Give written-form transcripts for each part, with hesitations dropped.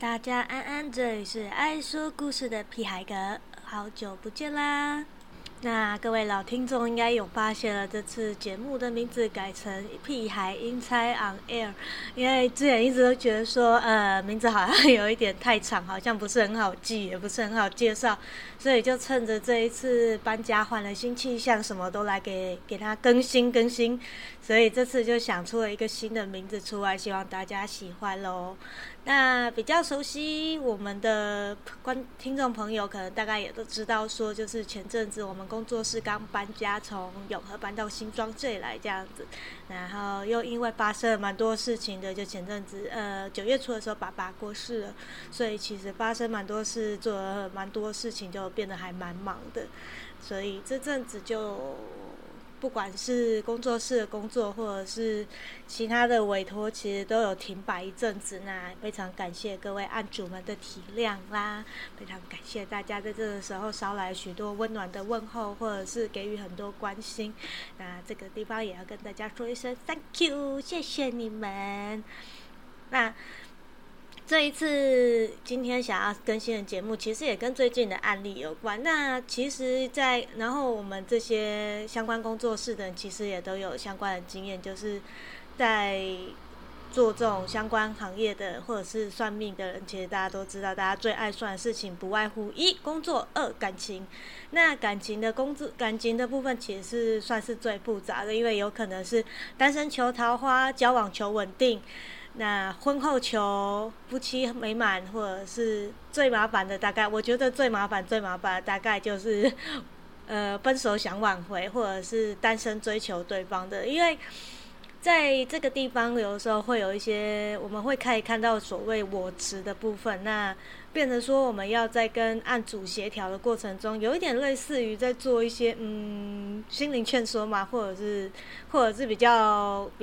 大家安安，这里是爱说故事的屁孩哥，好久不见啦！那各位老听众应该有发现了，这次节目的名字改成屁孩英猜 on air， 因为之前一直都觉得说，名字好像有一点太长，好像不是很好记，也不是很好介绍，所以就趁着这一次搬家换了新气象，什么都来给它更新，所以这次就想出了一个新的名字出来，希望大家喜欢咯。那比较熟悉我们的听众朋友可能大概也都知道说，就是前阵子我们工作室刚搬家，从永和搬到新庄这里来这样子，然后又因为发生了蛮多事情的，就前阵子9月初的时候爸爸过世了，所以其实发生蛮多事，做了蛮多事情，就变得还蛮忙的，所以这阵子就不管是工作室的工作或者是其他的委托，其实都有停摆一阵子。那非常感谢各位案主们的体谅啦，非常感谢大家在这个时候捎来许多温暖的问候，或者是给予很多关心。那这个地方也要跟大家说一声 Thank you， 谢谢你们。那这一次今天想要更新的节目其实也跟最近的案例有关，那其实然后我们这些相关工作室的人其实也都有相关的经验，就是在做这种相关行业的或者是算命的人，其实大家都知道，大家最爱算的事情不外乎1工作2感情。那感情的部分其实是算是最复杂的，因为有可能是单身求桃花，交往求稳定，那婚后求夫妻美满，或者是最麻烦的，大概我觉得最麻烦的大概就是分手想挽回，或者是单身追求对方的。因为在这个地方有的时候会有一些我们会可以看到所谓我执的部分，那变成说我们要在跟案主协调的过程中，有一点类似于在做一些心灵劝说嘛，或者是比较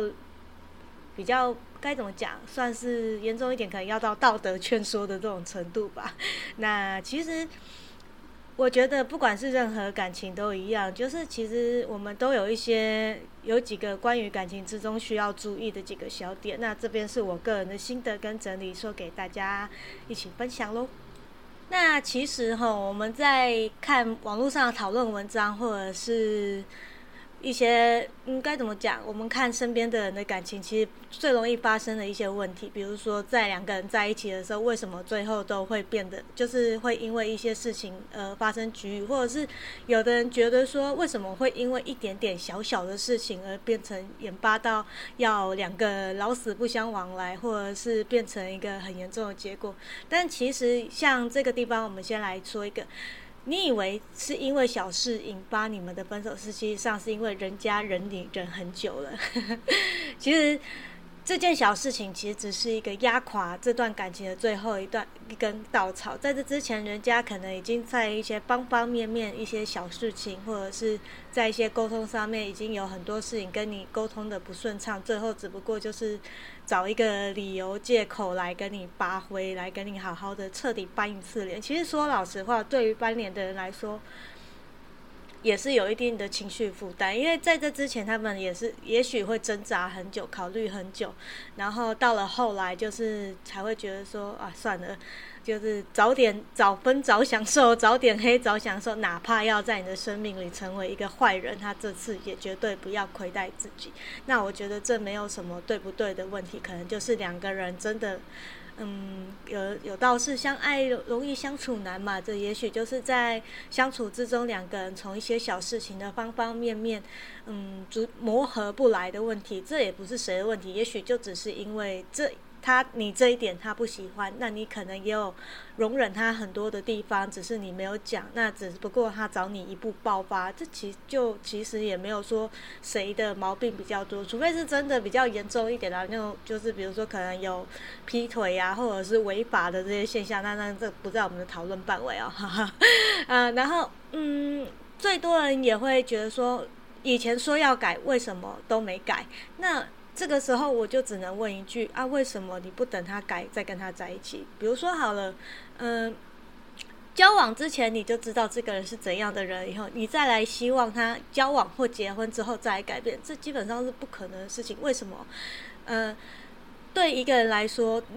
该怎么讲，算是严重一点可能要到道德劝说的这种程度吧。那其实我觉得不管是任何感情都一样，就是其实我们都有几个关于感情之中需要注意的几个小点，那这边是我个人的心得跟整理，说给大家一起分享咯。那其实我们在看网络上的讨论文章，或者是一些该怎么讲，我们看身边的人的感情，其实最容易发生的一些问题，比如说在两个人在一起的时候，为什么最后都会变得就是会因为一些事情发生局域，或者是有的人觉得说为什么会因为一点点小小的事情而变成演发到要两个老死不相往来，或者是变成一个很严重的结果。但其实像这个地方，我们先来说一个，你以为是因为小事引发你们的分手，实际上是因为人家忍你忍很久了其实这件小事情其实只是一个压垮这段感情的最后一根稻草，在这之前人家可能已经在一些方方面面一些小事情，或者是在一些沟通上面已经有很多事情跟你沟通的不顺畅，最后只不过就是找一个理由借口来跟你扒灰，来跟你好好的彻底翻一次脸。其实说老实话，对于翻脸的人来说也是有一定的情绪负担，因为在这之前他们也许会挣扎很久，考虑很久，然后到了后来就是才会觉得说算了，就是早分早享受，早点黑早享受，哪怕要在你的生命里成为一个坏人，他这次也绝对不要亏待自己。那我觉得这没有什么对不对的问题，可能就是两个人真的有道是相爱容易相处难嘛，这也许就是在相处之中两个人从一些小事情的方方面面磨合不来的问题，这也不是谁的问题，也许就只是因为你这一点他不喜欢，那你可能也有容忍他很多的地方，只是你没有讲，那只不过他找你一步爆发，这其实也没有说谁的毛病比较多，除非是真的比较严重一点的那种，就是比如说可能有劈腿啊，或者是违法的这些现象，那这不在我们的讨论范围然后最多人也会觉得说以前说要改，为什么都没改？那这个时候我就只能问一句为什么你不等他改再跟他在一起？比如说好了交往之前你就知道这个人是怎样的人，以后你再来希望他交往或结婚之后再来改变，这基本上是不可能的事情。为什么对一个人来说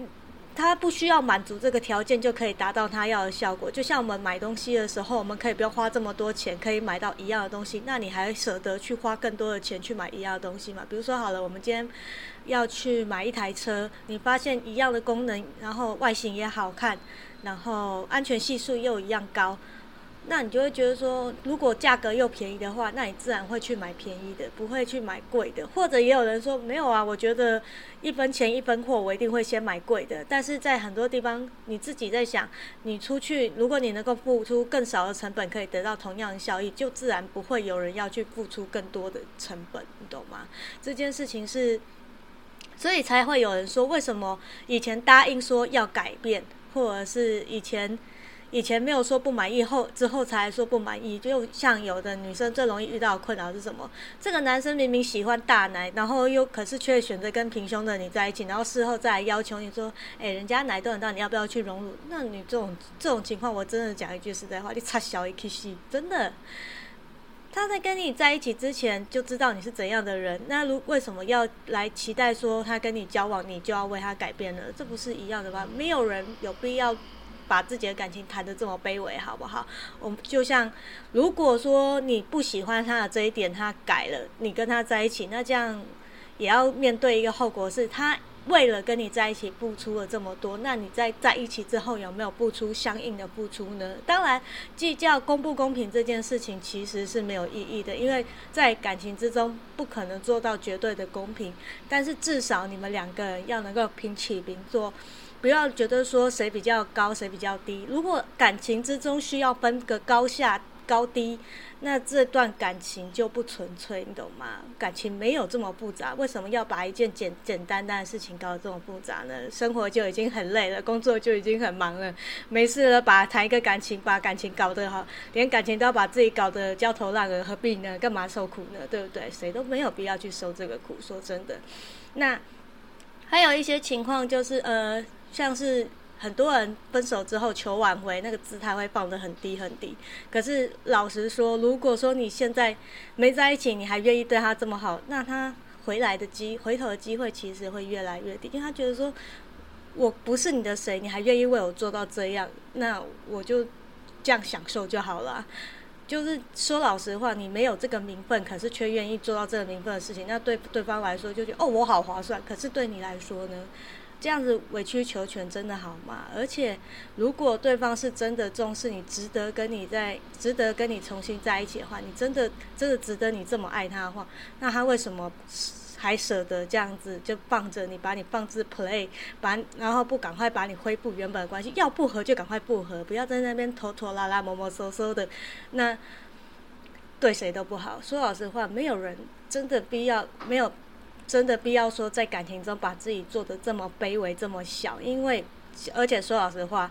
他不需要满足这个条件就可以达到他要的效果。就像我们买东西的时候，我们可以不用花这么多钱可以买到一样的东西，那你还舍得去花更多的钱去买一样的东西吗？比如说好了，我们今天要去买一台车，你发现一样的功能，然后外形也好看，然后安全系数又一样高，那你就会觉得说，如果价格又便宜的话，那你自然会去买便宜的，不会去买贵的。或者也有人说，没有啊，我觉得一分钱一分货，我一定会先买贵的。但是在很多地方，你自己在想，你出去，如果你能够付出更少的成本，可以得到同样的效益，就自然不会有人要去付出更多的成本，你懂吗？这件事情是，所以才会有人说，为什么以前答应说要改变，或者是以前没有说不满意，之后才说不满意。就像有的女生最容易遇到的困扰是什么？这个男生明明喜欢大奶，然后可是却选择跟平胸的你在一起，然后事后再来要求你说，人家奶都很大，你要不要去荣辱？那你这种情况，我真的讲一句实在话，你插小一 K 真的。他在跟你在一起之前就知道你是怎样的人，那为什么要来期待说他跟你交往，你就要为他改变呢？这不是一样的吗？没有人有必要把自己的感情谈得这么卑微，好不好？我们就像，如果说你不喜欢他的这一点，他改了，你跟他在一起，那这样也要面对一个后果，是他为了跟你在一起付出了这么多，那你在一起之后有没有付出相应的付出呢？当然，计较公不公平这件事情其实是没有意义的，因为在感情之中不可能做到绝对的公平，但是至少你们两个人要能够平起平坐。不要觉得说谁比较高谁比较低，如果感情之中需要分个高下高低，那这段感情就不纯粹，你懂吗？感情没有这么复杂，为什么要把一件简单的事情搞得这么复杂呢？生活就已经很累了，工作就已经很忙了，没事了谈一个感情，把感情搞得好，连感情都要把自己搞得焦头烂额，何必呢？干嘛受苦呢？对不对？谁都没有必要去受这个苦，说真的。那还有一些情况就是像是很多人分手之后求挽回，那个姿态会放得很低很低。可是老实说，如果说你现在没在一起，你还愿意对他这么好，那他回头的机会其实会越来越低，因为他觉得说，我不是你的谁，你还愿意为我做到这样，那我就这样享受就好了。就是说老实话，你没有这个名分，可是却愿意做到这个名分的事情，那对方来说就觉得我好划算，可是对你来说呢？这样子委曲求全真的好吗？而且如果对方是真的重视你，值得跟你重新在一起的话，你真的值得你这么爱他的话，那他为什么还舍得这样子就放着你，把你放置 play， 然后不赶快把你恢复原本的关系？要不合就赶快不合，不要在那边拖拖拉拉、磨磨嗖嗖的，那对谁都不好。说老实话，没有人真的必要说在感情中把自己做得这么卑微这么小，而且说老实话，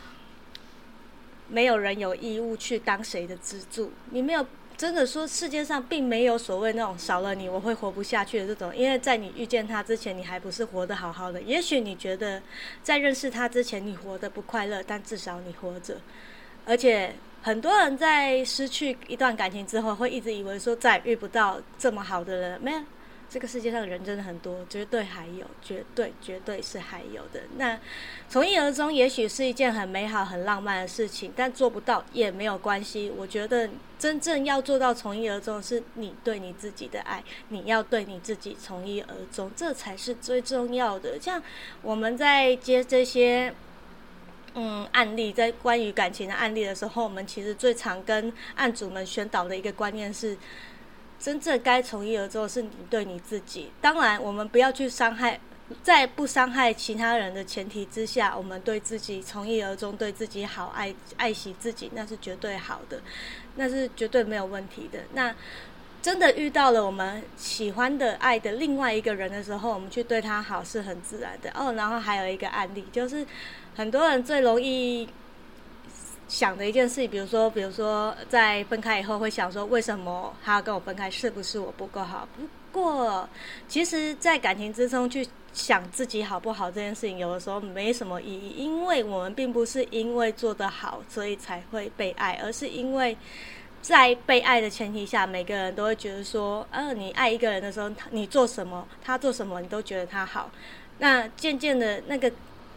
没有人有义务去当谁的支柱。你没有真的说世界上并没有所谓那种少了你我会活不下去的这种，因为在你遇见他之前你还不是活得好好的，也许你觉得在认识他之前你活得不快乐，但至少你活着。而且很多人在失去一段感情之后会一直以为说再也遇不到这么好的人，没有，这个世界上人真的很多，绝对还有，绝对是还有的。那从一而终也许是一件很美好很浪漫的事情，但做不到也没有关系。我觉得真正要做到从一而终是你对你自己的爱，你要对你自己从一而终，这才是最重要的。像我们在接这些案例，在关于感情的案例的时候，我们其实最常跟案主们宣导的一个观念是，真正该从一而终是你对你自己。当然我们不要去伤害，在不伤害其他人的前提之下，我们对自己从一而终，对自己好，爱惜自己，那是绝对好的，那是绝对没有问题的。那真的遇到了我们喜欢的爱的另外一个人的时候，我们去对他好是很自然的。然后还有一个案例，就是很多人最容易想的一件事，比如说在分开以后会想说，为什么他要跟我分开，是不是我不够好？不过其实在感情之中去想自己好不好这件事情，有的时候没什么意义，因为我们并不是因为做得好所以才会被爱，而是因为在被爱的前提下，每个人都会觉得说你爱一个人的时候，你做什么他做什么你都觉得他好，那渐渐的那个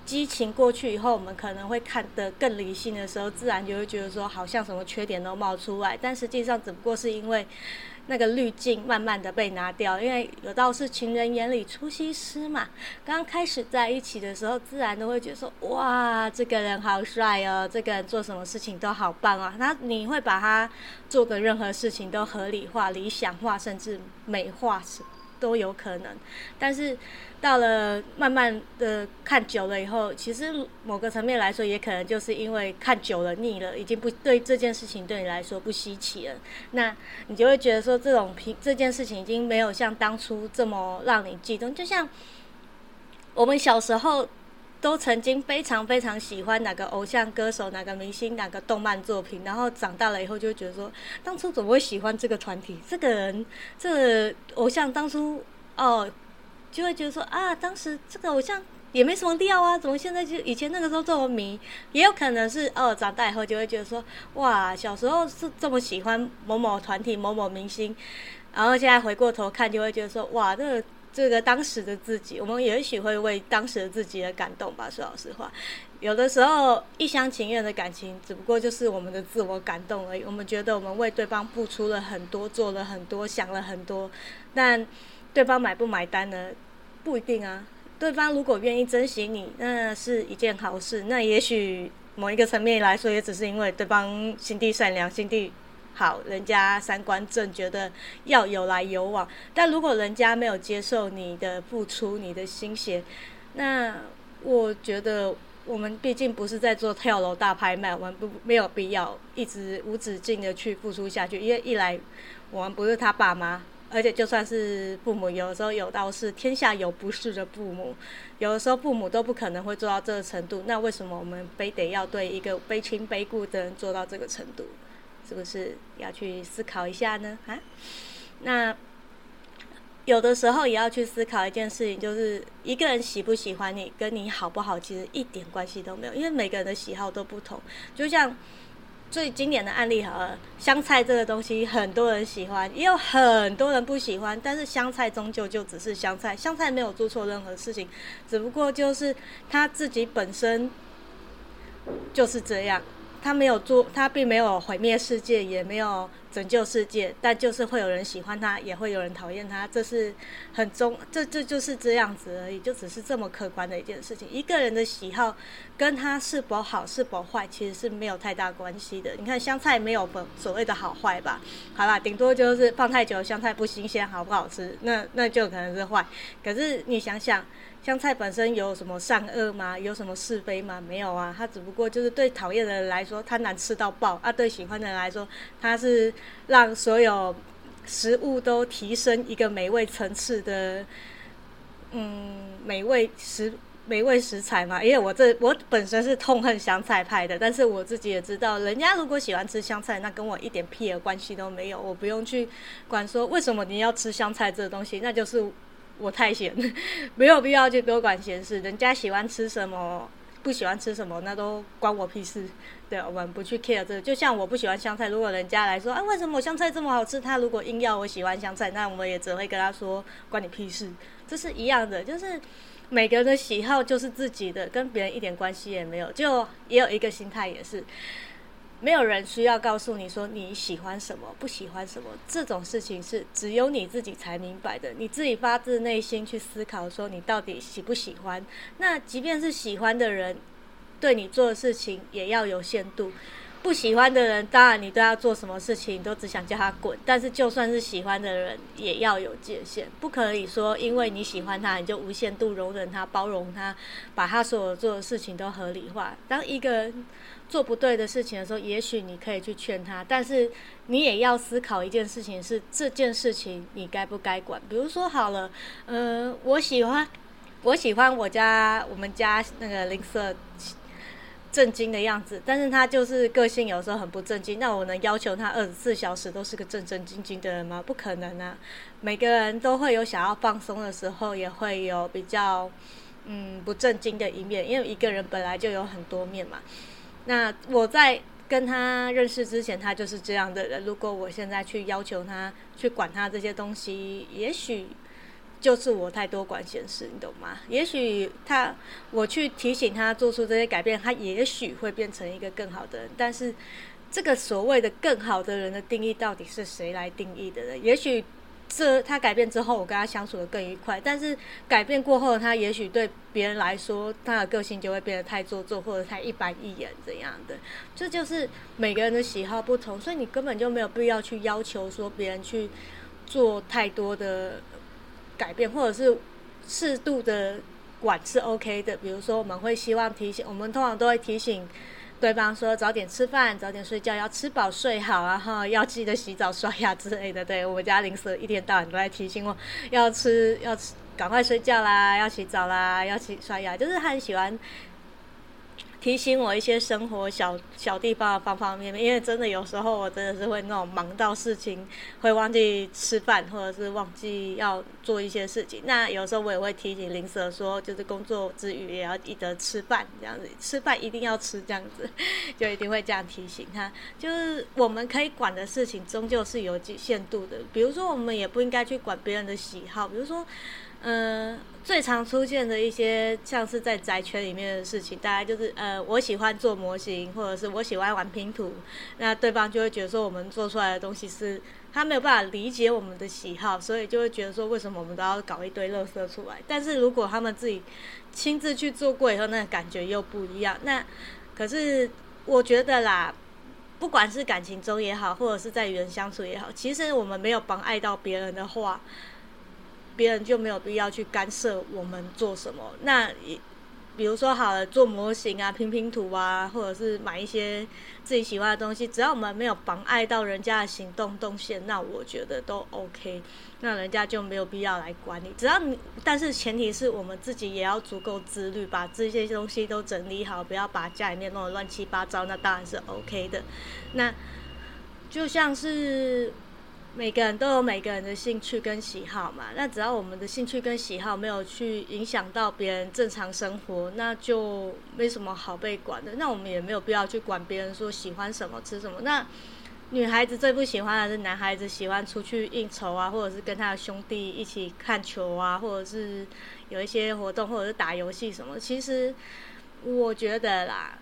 激情过去以后，我们可能会看得更理性的时候，自然就会觉得说好像什么缺点都冒出来，但实际上只不过是因为那个滤镜慢慢的被拿掉，因为有道是情人眼里出西施嘛。刚开始在一起的时候，自然都会觉得说，哇，这个人好帅哦，这个人做什么事情都好棒啊。那你会把他做的任何事情都合理化、理想化，甚至美化都有可能。但是到了慢慢的看久了以后，其实某个层面来说，也可能就是因为看久了腻了，已经不对这件事情对你来说不稀奇了。那你就会觉得说，这件事情已经没有像当初这么让你激动。就像我们小时候都曾经非常非常喜欢哪个偶像歌手、哪个明星、哪个动漫作品，然后长大了以后就会觉得说，当初怎么会喜欢这个团体、这个人、这个偶像？当初就会觉得说啊，当时这个偶像也没什么料啊，怎么现在就以前那个时候这么迷？也有可能是长大以后就会觉得说，哇，小时候是这么喜欢某某团体、某某明星，然后现在回过头看，就会觉得说，哇，这个当时的自己，我们也许会为当时的自己的感动吧。说老实话，有的时候一厢情愿的感情，只不过就是我们的自我感动而已。我们觉得我们为对方付出了很多，做了很多，想了很多，但对方买不买单呢？不一定啊。对方如果愿意珍惜你，那是一件好事。那也许某一个层面来说，也只是因为对方心地善良、心地好，人家三观正，觉得要有来有往。但如果人家没有接受你的付出、你的心血，那我觉得我们毕竟不是在做跳楼大拍卖，我们没有必要一直无止境的去付出下去。因为一来我们不是他爸妈，而且就算是父母，有的时候有道是天下有不是的父母，有的时候父母都不可能会做到这个程度，那为什么我们非得要对一个非亲非故的人做到这个程度？是不是要去思考一下呢？那有的时候也要去思考一件事情，就是一个人喜不喜欢你，跟你好不好其实一点关系都没有，因为每个人的喜好都不同。就像最经典的案例好了，香菜这个东西很多人喜欢，也有很多人不喜欢，但是香菜终究就只是香菜，香菜没有做错任何事情，只不过就是它自己本身就是这样，它并没有毁灭世界，也没有拯救世界，但就是会有人喜欢它，也会有人讨厌它，这是这就是这样子而已，就只是这么客观的一件事情。一个人的喜好跟他是否好是否坏其实是没有太大关系的。你看香菜没有所谓的好坏吧，好啦，顶多就是放太久香菜不新鲜，好不好吃，那就可能是坏。可是你想想，香菜本身有什么善恶吗？有什么是非吗？没有啊，它只不过就是对讨厌的人来说它难吃到爆啊，对喜欢的人来说它是让所有食物都提升一个美味层次的美味食材嘛。因为我本身是痛恨香菜派的，但是我自己也知道，人家如果喜欢吃香菜，那跟我一点屁的关系都没有，我不用去管说为什么你要吃香菜这个东西，那就是我太闲，没有必要去多管闲事。人家喜欢吃什么，不喜欢吃什么，那都关我屁事。对，我们不去 care 这个。就像我不喜欢香菜，如果人家来说，为什么我香菜这么好吃？他如果硬要我喜欢香菜，那我们也只会跟他说，关你屁事。这是一样的，就是每个人的喜好就是自己的，跟别人一点关系也没有。就也有一个心态，也是没有人需要告诉你说你喜欢什么不喜欢什么，这种事情是只有你自己才明白的，你自己发自内心去思考说你到底喜不喜欢。那即便是喜欢的人对你做的事情也要有限度，不喜欢的人当然你对他做什么事情你都只想叫他滚，但是就算是喜欢的人也要有界限，不可以说因为你喜欢他你就无限度容忍他包容他，把他所有做的事情都合理化。当一个人做不对的事情的时候，也许你可以去劝他，但是你也要思考一件事情，是这件事情你该不该管。比如说好了，我喜欢我们家那个邻舍正经的样子，但是他就是个性有时候很不正经，那我能要求他24小时都是个正正经经的人吗？不可能啊。每个人都会有想要放松的时候，也会有比较不正经的一面，因为一个人本来就有很多面嘛。那我在跟他认识之前他就是这样的人，如果我现在去要求他去管他这些东西，也许就是我太多管闲事，你懂吗？也许我去提醒他做出这些改变，他也许会变成一个更好的人。但是这个所谓的更好的人的定义，到底是谁来定义的呢？也许他改变之后，我跟他相处的更愉快，但是改变过后，他也许对别人来说，他的个性就会变得太做作或者太一板一眼怎样的。这就是每个人的喜好不同，所以你根本就没有必要去要求说别人去做太多的改变，或者是适度的管是 OK 的。比如说我们会希望提醒，我们通常都会提醒对方说早点吃饭，早点睡觉，要吃饱睡好啊，要记得洗澡刷牙之类的。对，我们家零食一天到晚都在提醒我要吃赶快睡觉啦，要洗澡啦，要刷牙，就是他很喜欢提醒我一些生活小地方的方方面面。因为真的有时候我真的是会那种忙到事情会忘记吃饭，或者是忘记要做一些事情。那有时候我也会提醒邻舍说，就是工作之余也要记得吃饭，这样子吃饭一定要吃，这样子就一定会这样提醒他。就是我们可以管的事情终究是有限度的，比如说我们也不应该去管别人的喜好，比如说最常出现的一些像是在宅圈里面的事情，大概就是我喜欢做模型，或者是我喜欢玩拼图，那对方就会觉得说我们做出来的东西是他没有办法理解我们的喜好，所以就会觉得说为什么我们都要搞一堆垃圾出来。但是如果他们自己亲自去做过以后，那个感觉又不一样。那可是我觉得啦，不管是感情中也好，或者是在与人相处也好，其实我们没有妨碍到别人的话，别人就没有必要去干涉我们做什么。那比如说好了，做模型啊，拼图啊，或者是买一些自己喜欢的东西，只要我们没有妨碍到人家的行动动线，那我觉得都 OK。那人家就没有必要来管你，但是前提是我们自己也要足够自律，把这些东西都整理好，不要把家里面弄得乱七八糟，那当然是 OK 的。那就像是每个人都有每个人的兴趣跟喜好嘛，那只要我们的兴趣跟喜好没有去影响到别人正常生活，那就没什么好被管的。那我们也没有必要去管别人说喜欢什么吃什么。那女孩子最不喜欢的是男孩子喜欢出去应酬啊，或者是跟他的兄弟一起看球啊，或者是有一些活动，或者是打游戏什么。其实我觉得啦，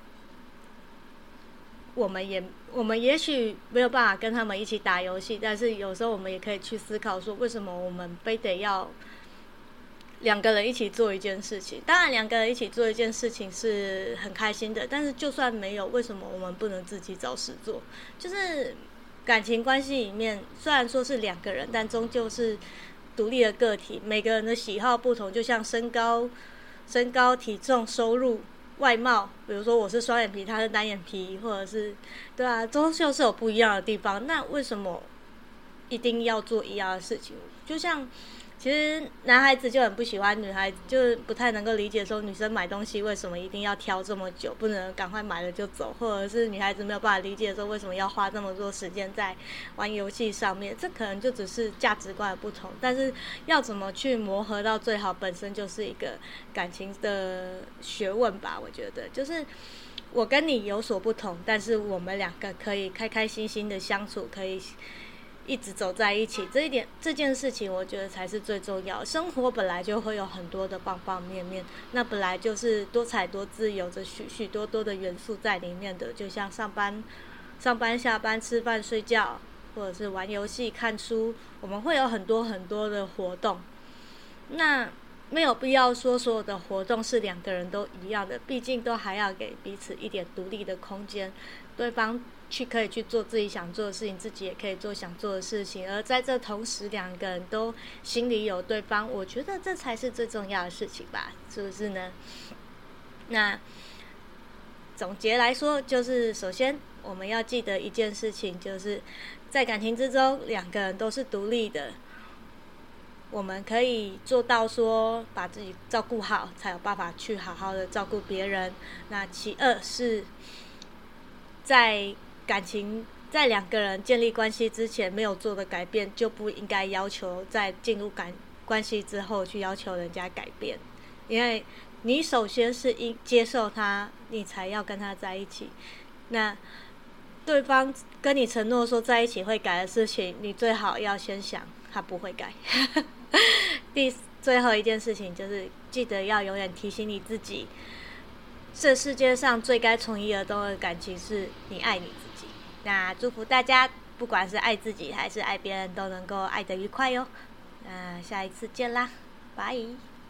我们也许没有办法跟他们一起打游戏，但是有时候我们也可以去思考说，为什么我们非得要两个人一起做一件事情？当然两个人一起做一件事情是很开心的，但是就算没有，为什么我们不能自己找事做？就是感情关系里面，虽然说是两个人，但终究是独立的个体，每个人的喜好不同，就像身高、体重、收入、外貌，比如说我是双眼皮，他是单眼皮，或者是对啊，终究是有不一样的地方。那为什么一定要做一样的事情？就像其实男孩子就很不喜欢女孩子，就不太能够理解说女生买东西为什么一定要挑这么久，不能赶快买了就走，或者是女孩子没有办法理解说为什么要花这么多时间在玩游戏上面。这可能就只是价值观的不同，但是要怎么去磨合到最好，本身就是一个感情的学问吧。我觉得就是我跟你有所不同，但是我们两个可以开开心心的相处，可以一直走在一起，这件事情我觉得才是最重要的。生活本来就会有很多的方方面面，那本来就是多彩多姿，有着许许多多的元素在里面的。就像上班、下班、吃饭、睡觉，或者是玩游戏、看书，我们会有很多很多的活动。那没有必要说所有的活动是两个人都一样的，毕竟都还要给彼此一点独立的空间，对方可以去做自己想做的事情，自己也可以做想做的事情，而在这同时两个人都心里有对方，我觉得这才是最重要的事情吧，是不是呢？那总结来说，就是首先我们要记得一件事情，就是在感情之中两个人都是独立的，我们可以做到说把自己照顾好，才有办法去好好的照顾别人。那其二是在两个人建立关系之前没有做的改变，就不应该要求在进入关系之后去要求人家改变，因为你首先是接受他，你才要跟他在一起。那对方跟你承诺说在一起会改的事情，你最好要先想他不会改。 最后一件事情就是记得要永远提醒你自己，这世界上最该从一而终的感情是你爱你自己。那祝福大家，不管是爱自己还是爱别人，都能够爱得愉快哟。那下一次见啦，拜。